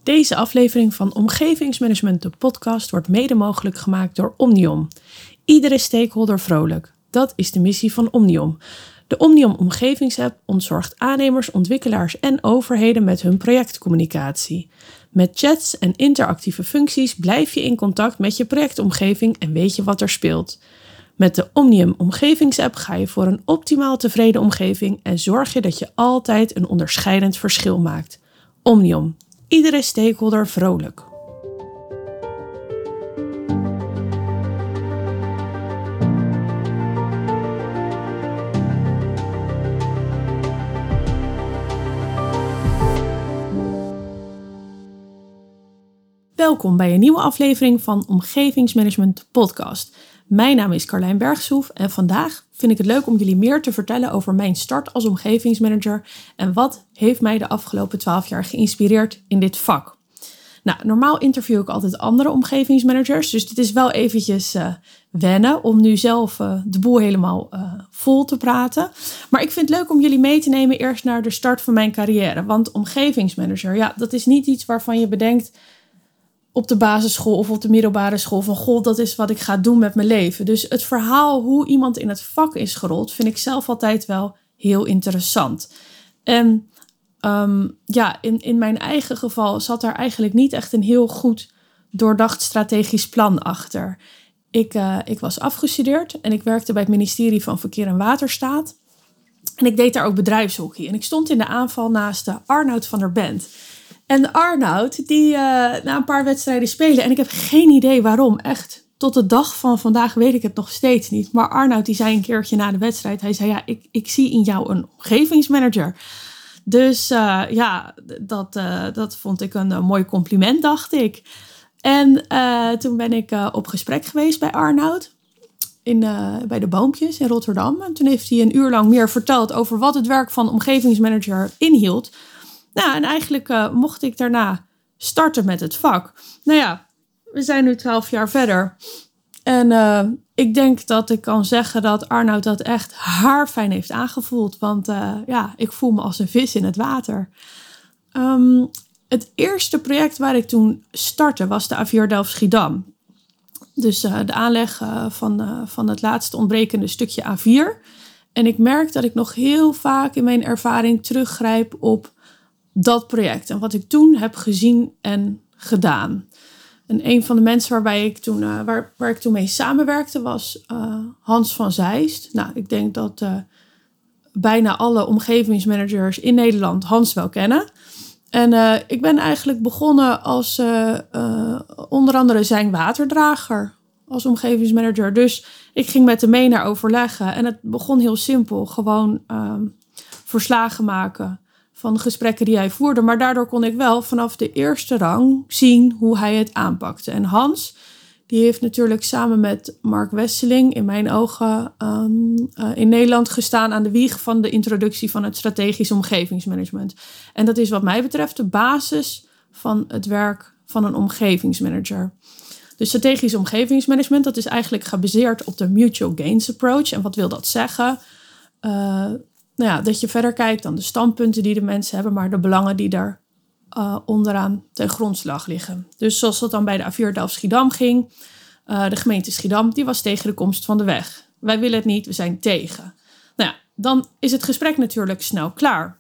Deze aflevering van Omgevingsmanagement, de podcast, wordt mede mogelijk gemaakt door Omniom. Iedere stakeholder vrolijk. Dat is de missie van Omniom. De Omniom Omgevingsapp ontzorgt aannemers, ontwikkelaars en overheden met hun projectcommunicatie. Met chats en interactieve functies blijf je in contact met je projectomgeving en weet je wat er speelt. Met de Omnium Omgevingsapp ga je voor een optimaal tevreden omgeving en zorg je dat je altijd een onderscheidend verschil maakt. Omnium. Iedere stakeholder vrolijk. Welkom bij een nieuwe aflevering van Omgevingsmanagement podcast. Mijn naam is Carlijn Bergshoef en vandaag vind ik het leuk om jullie meer te vertellen over mijn start als omgevingsmanager en wat heeft mij de afgelopen 12 jaar geïnspireerd in dit vak. Nou, normaal interview ik altijd andere omgevingsmanagers, dus dit is wel eventjes wennen om nu zelf de boel helemaal vol te praten. Maar ik vind het leuk om jullie mee te nemen eerst naar de start van mijn carrière, want omgevingsmanager, ja, dat is niet iets waarvan je bedenkt op de basisschool of op de middelbare school van goh, dat is wat ik ga doen met mijn leven. Dus het verhaal hoe iemand in het vak is gerold vind ik zelf altijd wel heel interessant. En in mijn eigen geval zat daar eigenlijk niet echt een heel goed doordacht strategisch plan achter. Ik was afgestudeerd en ik werkte bij het ministerie van Verkeer en Waterstaat. En ik deed daar ook bedrijfshockey. En ik stond in de aanval naast Arnoud van der Bent. En Arnoud, die na een paar wedstrijden spelen. En ik heb geen idee waarom. Echt, tot de dag van vandaag weet ik het nog steeds niet. Maar Arnoud, die zei een keertje na de wedstrijd. Hij zei, ja, ik zie in jou een omgevingsmanager. Dus dat vond ik een mooi compliment, dacht ik. En toen ben ik op gesprek geweest bij Arnoud. Bij de Boompjes in Rotterdam. En toen heeft hij een uur lang meer verteld over wat het werk van omgevingsmanager inhield. Nou, en eigenlijk mocht ik daarna starten met het vak. Nou ja, we zijn nu 12 jaar verder. En ik denk dat ik kan zeggen dat Arnoud dat echt haarfijn heeft aangevoeld. Want ik voel me als een vis in het water. Het eerste project waar ik toen startte was de A4 Delft-Schiedam. Dus de aanleg van het laatste ontbrekende stukje A4. En ik merk dat ik nog heel vaak in mijn ervaring teruggrijp op dat project en wat ik toen heb gezien en gedaan. En een van de mensen waar ik toen mee samenwerkte was Hans van Zeist. Nou, ik denk dat bijna alle omgevingsmanagers in Nederland Hans wel kennen. En ik ben eigenlijk begonnen als onder andere zijn waterdrager als omgevingsmanager. Dus ik ging met hem mee naar overleggen. En het begon heel simpel. Gewoon verslagen maken van de gesprekken die hij voerde. Maar daardoor kon ik wel vanaf de eerste rang zien hoe hij het aanpakte. En Hans, die heeft natuurlijk samen met Mark Wesseling in mijn ogen in Nederland gestaan aan de wieg van de introductie van het strategisch omgevingsmanagement. En dat is wat mij betreft de basis van het werk van een omgevingsmanager. Dus strategisch omgevingsmanagement, dat is eigenlijk gebaseerd op de mutual gains approach. En wat wil dat zeggen? Dat je verder kijkt dan de standpunten die de mensen hebben, maar de belangen die daar onderaan ten grondslag liggen. Dus zoals dat dan bij de A4 Delft-Schiedam ging, de gemeente Schiedam, die was tegen de komst van de weg. Wij willen het niet, we zijn tegen. Nou ja, dan is het gesprek natuurlijk snel klaar.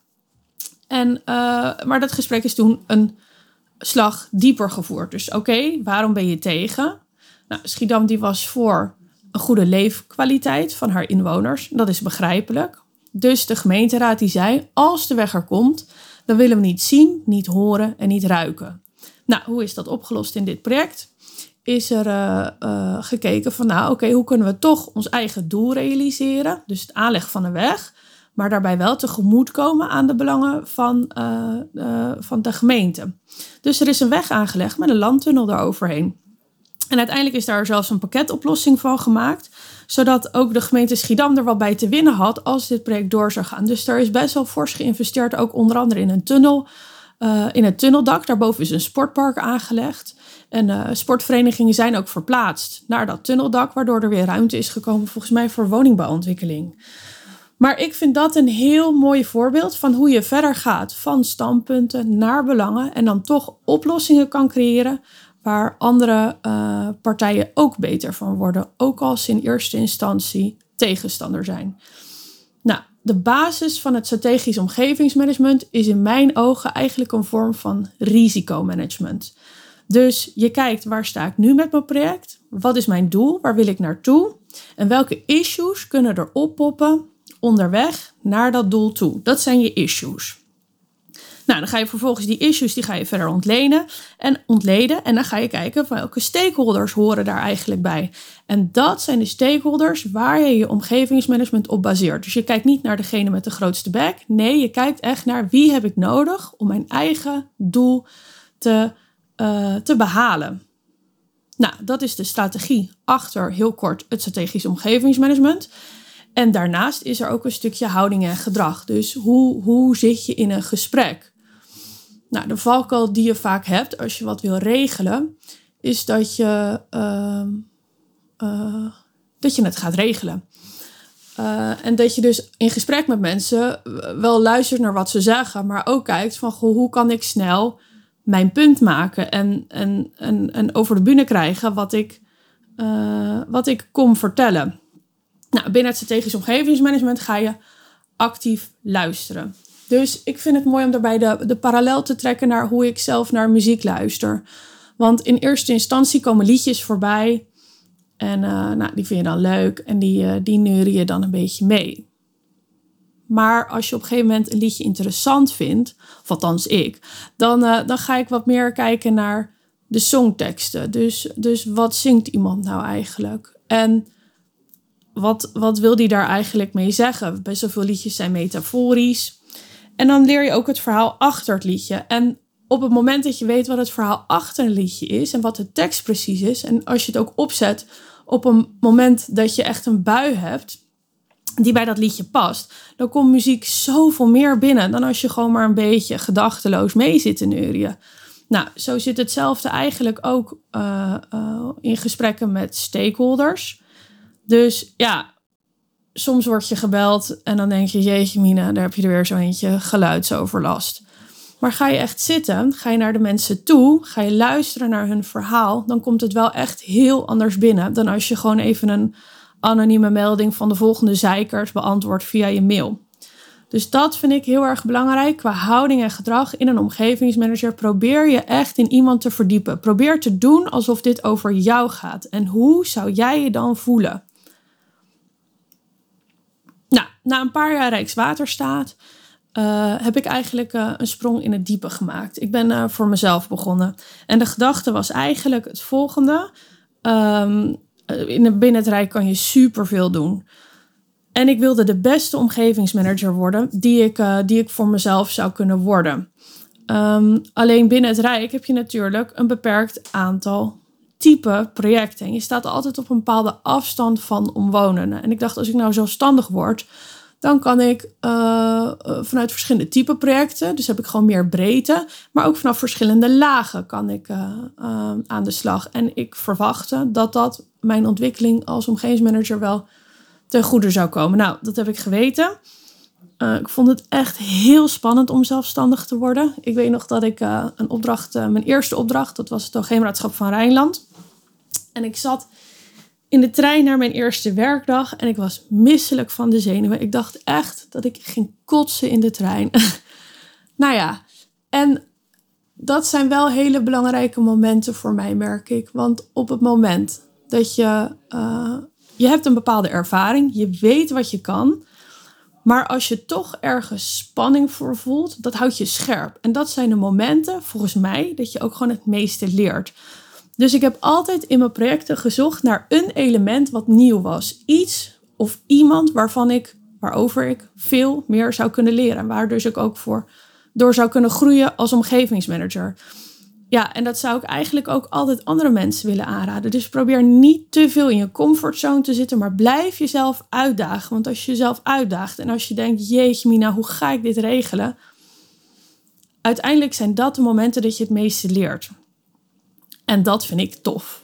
Maar dat gesprek is toen een slag dieper gevoerd. Dus oké, waarom ben je tegen? Nou, Schiedam die was voor een goede leefkwaliteit van haar inwoners. Dat is begrijpelijk. Dus de gemeenteraad die zei, als de weg er komt, dan willen we niet zien, niet horen en niet ruiken. Nou, hoe is dat opgelost in dit project? Is er gekeken van, hoe kunnen we toch ons eigen doel realiseren? Dus het aanleg van een weg, maar daarbij wel tegemoetkomen aan de belangen van de gemeente. Dus er is een weg aangelegd met een landtunnel eroverheen. En uiteindelijk is daar zelfs een pakketoplossing van gemaakt, zodat ook de gemeente Schiedam er wat bij te winnen had als dit project door zou gaan. Dus er is best wel fors geïnvesteerd, ook onder andere in een tunnel, in het tunneldak. Daarboven is een sportpark aangelegd. En sportverenigingen zijn ook verplaatst naar dat tunneldak, waardoor er weer ruimte is gekomen volgens mij voor woningbouwontwikkeling. Maar ik vind dat een heel mooi voorbeeld van hoe je verder gaat van standpunten naar belangen en dan toch oplossingen kan creëren waar andere partijen ook beter van worden, ook als ze in eerste instantie tegenstander zijn. Nou, de basis van het strategisch omgevingsmanagement is in mijn ogen eigenlijk een vorm van risicomanagement. Dus je kijkt, waar sta ik nu met mijn project? Wat is mijn doel? Waar wil ik naartoe? En welke issues kunnen er oppoppen onderweg naar dat doel toe? Dat zijn je issues. Nou, dan ga je vervolgens die issues verder ontleden. En dan ga je kijken welke stakeholders horen daar eigenlijk bij. En dat zijn de stakeholders waar je je omgevingsmanagement op baseert. Dus je kijkt niet naar degene met de grootste bek. Nee, je kijkt echt naar wie heb ik nodig om mijn eigen doel te behalen. Nou, dat is de strategie achter, heel kort, het strategisch omgevingsmanagement. En daarnaast is er ook een stukje houding en gedrag. Dus hoe zit je in een gesprek? Nou, de valkuil die je vaak hebt als je wat wil regelen, is dat je het gaat regelen. En dat je dus in gesprek met mensen wel luistert naar wat ze zeggen, maar ook kijkt van, goh, hoe kan ik snel mijn punt maken en over de bühne krijgen wat ik kom vertellen. Nou, binnen het strategisch omgevingsmanagement ga je actief luisteren. Dus ik vind het mooi om daarbij de parallel te trekken naar hoe ik zelf naar muziek luister. Want in eerste instantie komen liedjes voorbij en die vind je dan leuk en die neuren je dan een beetje mee. Maar als je op een gegeven moment een liedje interessant vindt, of althans ik, dan ga ik wat meer kijken naar de songteksten. Dus wat zingt iemand nou eigenlijk? En wat wil die daar eigenlijk mee zeggen? Best wel veel liedjes zijn metaforisch. En dan leer je ook het verhaal achter het liedje. En op het moment dat je weet wat het verhaal achter een liedje is en wat de tekst precies is, en als je het ook opzet op een moment dat je echt een bui hebt die bij dat liedje past, dan komt muziek zoveel meer binnen dan als je gewoon maar een beetje gedachteloos mee zit te neurien. Nou, zo zit hetzelfde eigenlijk ook in gesprekken met stakeholders. Dus ja, soms word je gebeld en dan denk je, jeetje mina, daar heb je er weer zo eentje, geluidsoverlast. Maar ga je echt zitten, ga je naar de mensen toe, ga je luisteren naar hun verhaal, dan komt het wel echt heel anders binnen dan als je gewoon even een anonieme melding van de volgende zeikers beantwoordt via je mail. Dus dat vind ik heel erg belangrijk qua houding en gedrag in een omgevingsmanager. Probeer je echt in iemand te verdiepen. Probeer te doen alsof dit over jou gaat. En hoe zou jij je dan voelen? Nou, na een paar jaar Rijkswaterstaat heb ik eigenlijk een sprong in het diepe gemaakt. Ik ben voor mezelf begonnen. En de gedachte was eigenlijk het volgende. Binnen het Rijk kan je superveel doen. En ik wilde de beste omgevingsmanager worden die ik voor mezelf zou kunnen worden. Alleen binnen het Rijk heb je natuurlijk een beperkt aantal type projecten. En je staat altijd op een bepaalde afstand van omwonenden. En ik dacht, als ik nou zelfstandig word, dan kan ik vanuit verschillende type projecten, dus heb ik gewoon meer breedte, maar ook vanaf verschillende lagen kan ik aan de slag. En ik verwachtte dat mijn ontwikkeling als omgevingsmanager wel ten goede zou komen. Nou, dat heb ik geweten. Ik vond het echt heel spannend om zelfstandig te worden. Ik weet nog dat ik mijn eerste opdracht, dat was het Hoogheemraadschap van Rijnland. En ik zat in de trein naar mijn eerste werkdag en ik was misselijk van de zenuwen. Ik dacht echt dat ik ging kotsen in de trein. Nou ja, en dat zijn wel hele belangrijke momenten voor mij, merk ik. Want op het moment dat je hebt een bepaalde ervaring, je weet wat je kan, maar als je toch ergens spanning voor voelt, dat houdt je scherp. En dat zijn de momenten, volgens mij, dat je ook gewoon het meeste leert. Dus ik heb altijd in mijn projecten gezocht naar een element wat nieuw was. Iets of iemand waarover ik veel meer zou kunnen leren. Waar dus ik ook door zou kunnen groeien als omgevingsmanager. Ja, en dat zou ik eigenlijk ook altijd andere mensen willen aanraden. Dus probeer niet te veel in je comfortzone te zitten, maar blijf jezelf uitdagen. Want als je jezelf uitdaagt en als je denkt, jeetje mina, hoe ga ik dit regelen? Uiteindelijk zijn dat de momenten dat je het meeste leert. En dat vind ik tof.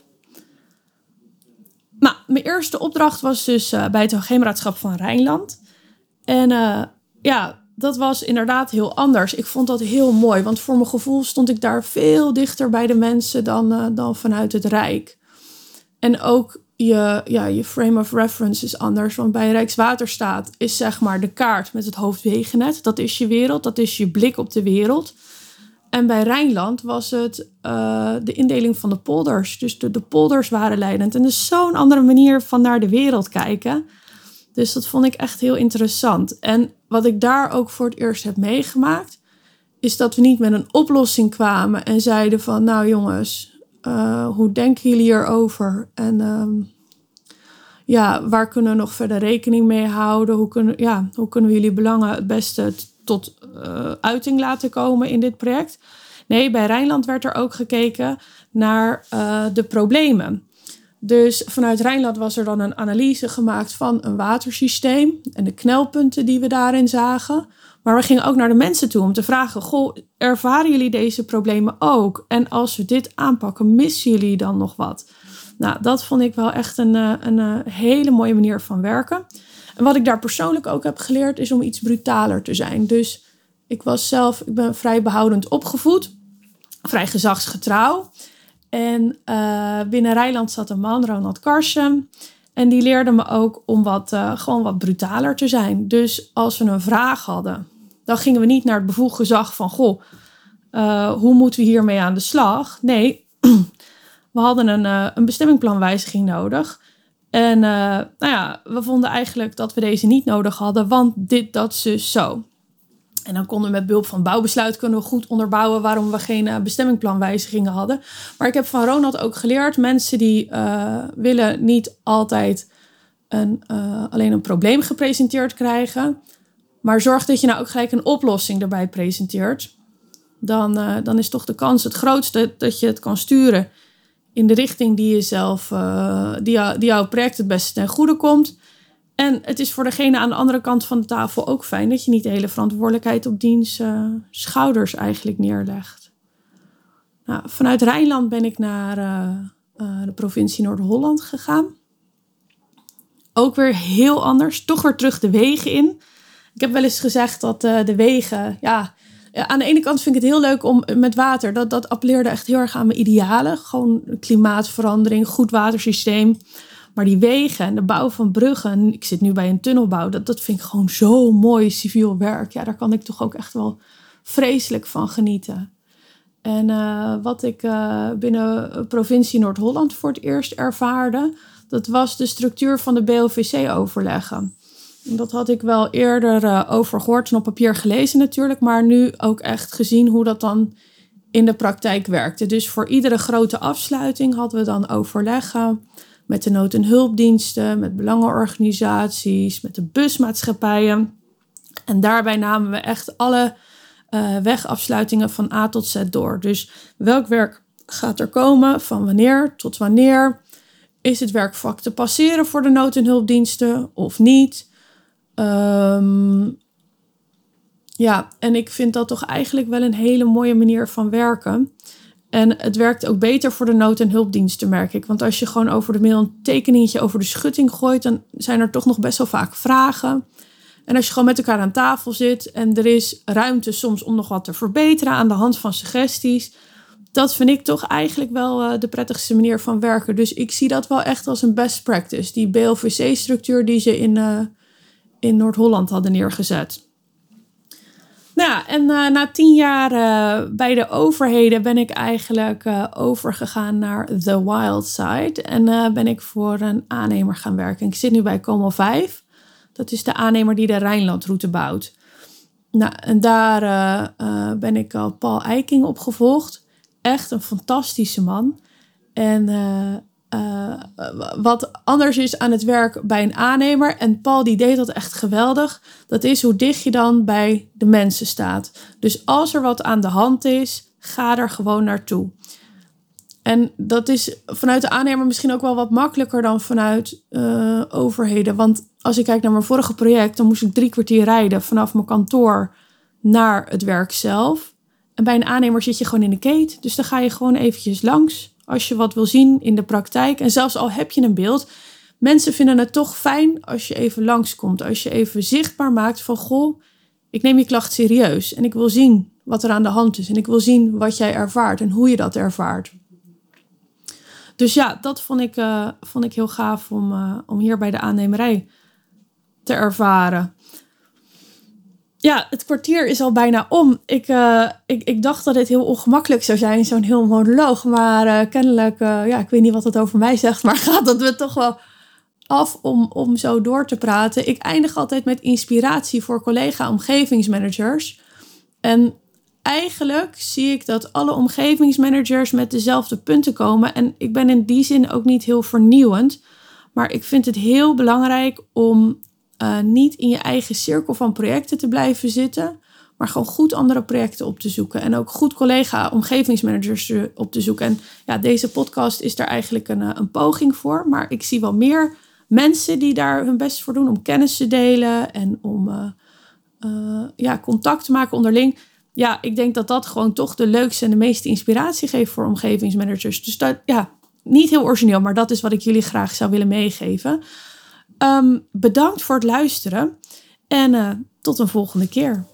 Nou, mijn eerste opdracht was dus bij het Hoogheemraadschap van Rijnland. En dat was inderdaad heel anders. Ik vond dat heel mooi, want voor mijn gevoel stond ik daar veel dichter bij de mensen dan vanuit het Rijk. En ook je frame of reference is anders. Want bij Rijkswaterstaat is zeg maar de kaart met het hoofdwegennet. Dat is je wereld, dat is je blik op de wereld. En bij Rijnland was het de indeling van de polders. Dus de polders waren leidend. En dus zo'n andere manier van naar de wereld kijken. Dus dat vond ik echt heel interessant. En wat ik daar ook voor het eerst heb meegemaakt, is dat we niet met een oplossing kwamen en zeiden van, nou jongens, hoe denken jullie hierover? En waar kunnen we nog verder rekening mee houden? Hoe kunnen we jullie belangen het beste tot uiting laten komen in dit project? Nee, bij Rijnland werd er ook gekeken naar de problemen. Dus vanuit Rijnland was er dan een analyse gemaakt van een watersysteem en de knelpunten die we daarin zagen. Maar we gingen ook naar de mensen toe om te vragen, goh, ervaren jullie deze problemen ook? En als we dit aanpakken, missen jullie dan nog wat? Nou, dat vond ik wel echt een hele mooie manier van werken. En wat ik daar persoonlijk ook heb geleerd, is om iets brutaler te zijn. Dus ik ben vrij behoudend opgevoed, vrij gezagsgetrouw. En binnen Rijnland zat een man, Ronald Karsen. En die leerde me ook om gewoon wat brutaler te zijn. Dus als we een vraag hadden, dan gingen we niet naar het bevoegd gezag van, goh, hoe moeten we hiermee aan de slag? Nee, we hadden een bestemmingplanwijziging nodig. En we vonden eigenlijk dat we deze niet nodig hadden, want dit, dat, zus, zo. En dan konden we met behulp van bouwbesluit goed onderbouwen waarom we geen bestemmingplanwijzigingen hadden. Maar ik heb van Ronald ook geleerd, mensen die willen niet altijd alleen een probleem gepresenteerd krijgen. Maar zorg dat je nou ook gelijk een oplossing erbij presenteert. Dan is toch de kans het grootste dat je het kan sturen in de richting die je zelf, die jouw project het beste ten goede komt. En het is voor degene aan de andere kant van de tafel ook fijn dat je niet de hele verantwoordelijkheid op diens schouders eigenlijk neerlegt. Nou, vanuit Rijnland ben ik naar de provincie Noord-Holland gegaan. Ook weer heel anders, toch weer terug de wegen in. Ik heb wel eens gezegd dat de wegen, aan de ene kant vind ik het heel leuk om met water. Dat appelleerde echt heel erg aan mijn idealen. Gewoon klimaatverandering, goed watersysteem. Maar die wegen en de bouw van bruggen, ik zit nu bij een tunnelbouw, dat vind ik gewoon zo mooi civiel werk. Ja, daar kan ik toch ook echt wel vreselijk van genieten. En wat ik binnen provincie Noord-Holland voor het eerst ervaarde, dat was de structuur van de BOVC-overleggen. Dat had ik wel eerder over gehoord en op papier gelezen natuurlijk, maar nu ook echt gezien hoe dat dan in de praktijk werkte. Dus voor iedere grote afsluiting hadden we dan overleggen met de nood- en hulpdiensten, met belangenorganisaties, met de busmaatschappijen. En daarbij namen we echt alle wegafsluitingen van A tot Z door. Dus welk werk gaat er komen, van wanneer tot wanneer? Is het werkvak te passeren voor de nood- en hulpdiensten of niet? En ik vind dat toch eigenlijk wel een hele mooie manier van werken. En het werkt ook beter voor de nood- en hulpdiensten, merk ik. Want als je gewoon over de middel een tekeningetje over de schutting gooit, dan zijn er toch nog best wel vaak vragen. En als je gewoon met elkaar aan tafel zit en er is ruimte soms om nog wat te verbeteren aan de hand van suggesties, dat vind ik toch eigenlijk wel de prettigste manier van werken. Dus ik zie dat wel echt als een best practice. Die BLVC-structuur die ze in Noord-Holland hadden neergezet. Nou, en na 10 jaar bij de overheden ben ik eigenlijk overgegaan naar the wild side. En ben ik voor een aannemer gaan werken. Ik zit nu bij Como 5. Dat is de aannemer die de Rijnlandroute bouwt. Nou, en daar ben ik al Paul Eiking opgevolgd. Echt een fantastische man. En wat anders is aan het werk bij een aannemer, en Paul die deed dat echt geweldig, dat is hoe dicht je dan bij de mensen staat. Dus als er wat aan de hand is, ga er gewoon naartoe. En dat is vanuit de aannemer misschien ook wel wat makkelijker dan vanuit overheden. Want als ik kijk naar mijn vorige project, dan moest ik 3 kwartier rijden vanaf mijn kantoor naar het werk zelf. En bij een aannemer zit je gewoon in de keet. Dus dan ga je gewoon eventjes langs als je wat wil zien in de praktijk. En zelfs al heb je een beeld, mensen vinden het toch fijn als je even langskomt. Als je even zichtbaar maakt van, goh, ik neem je klacht serieus. En ik wil zien wat er aan de hand is. En ik wil zien wat jij ervaart en hoe je dat ervaart. Dus ja, dat vond ik heel gaaf om hier bij de aannemerij te ervaren. Ja, het kwartier is al bijna om. Ik dacht dat het heel ongemakkelijk zou zijn, zo'n heel monoloog. Maar kennelijk, ik weet niet wat het over mij zegt, maar gaat dat we toch wel af om zo door te praten. Ik eindig altijd met inspiratie voor collega-omgevingsmanagers. En eigenlijk zie ik dat alle omgevingsmanagers met dezelfde punten komen. En ik ben in die zin ook niet heel vernieuwend. Maar ik vind het heel belangrijk om niet in je eigen cirkel van projecten te blijven zitten. Maar gewoon goed andere projecten op te zoeken. En ook goed collega-omgevingsmanagers op te zoeken. En ja, deze podcast is daar eigenlijk een poging voor. Maar ik zie wel meer mensen die daar hun best voor doen om kennis te delen. En om contact te maken onderling. Ja, ik denk dat dat gewoon toch de leukste en de meeste inspiratie geeft voor omgevingsmanagers. Dus dat, niet heel origineel, maar dat is wat ik jullie graag zou willen meegeven. Bedankt voor het luisteren en tot een volgende keer.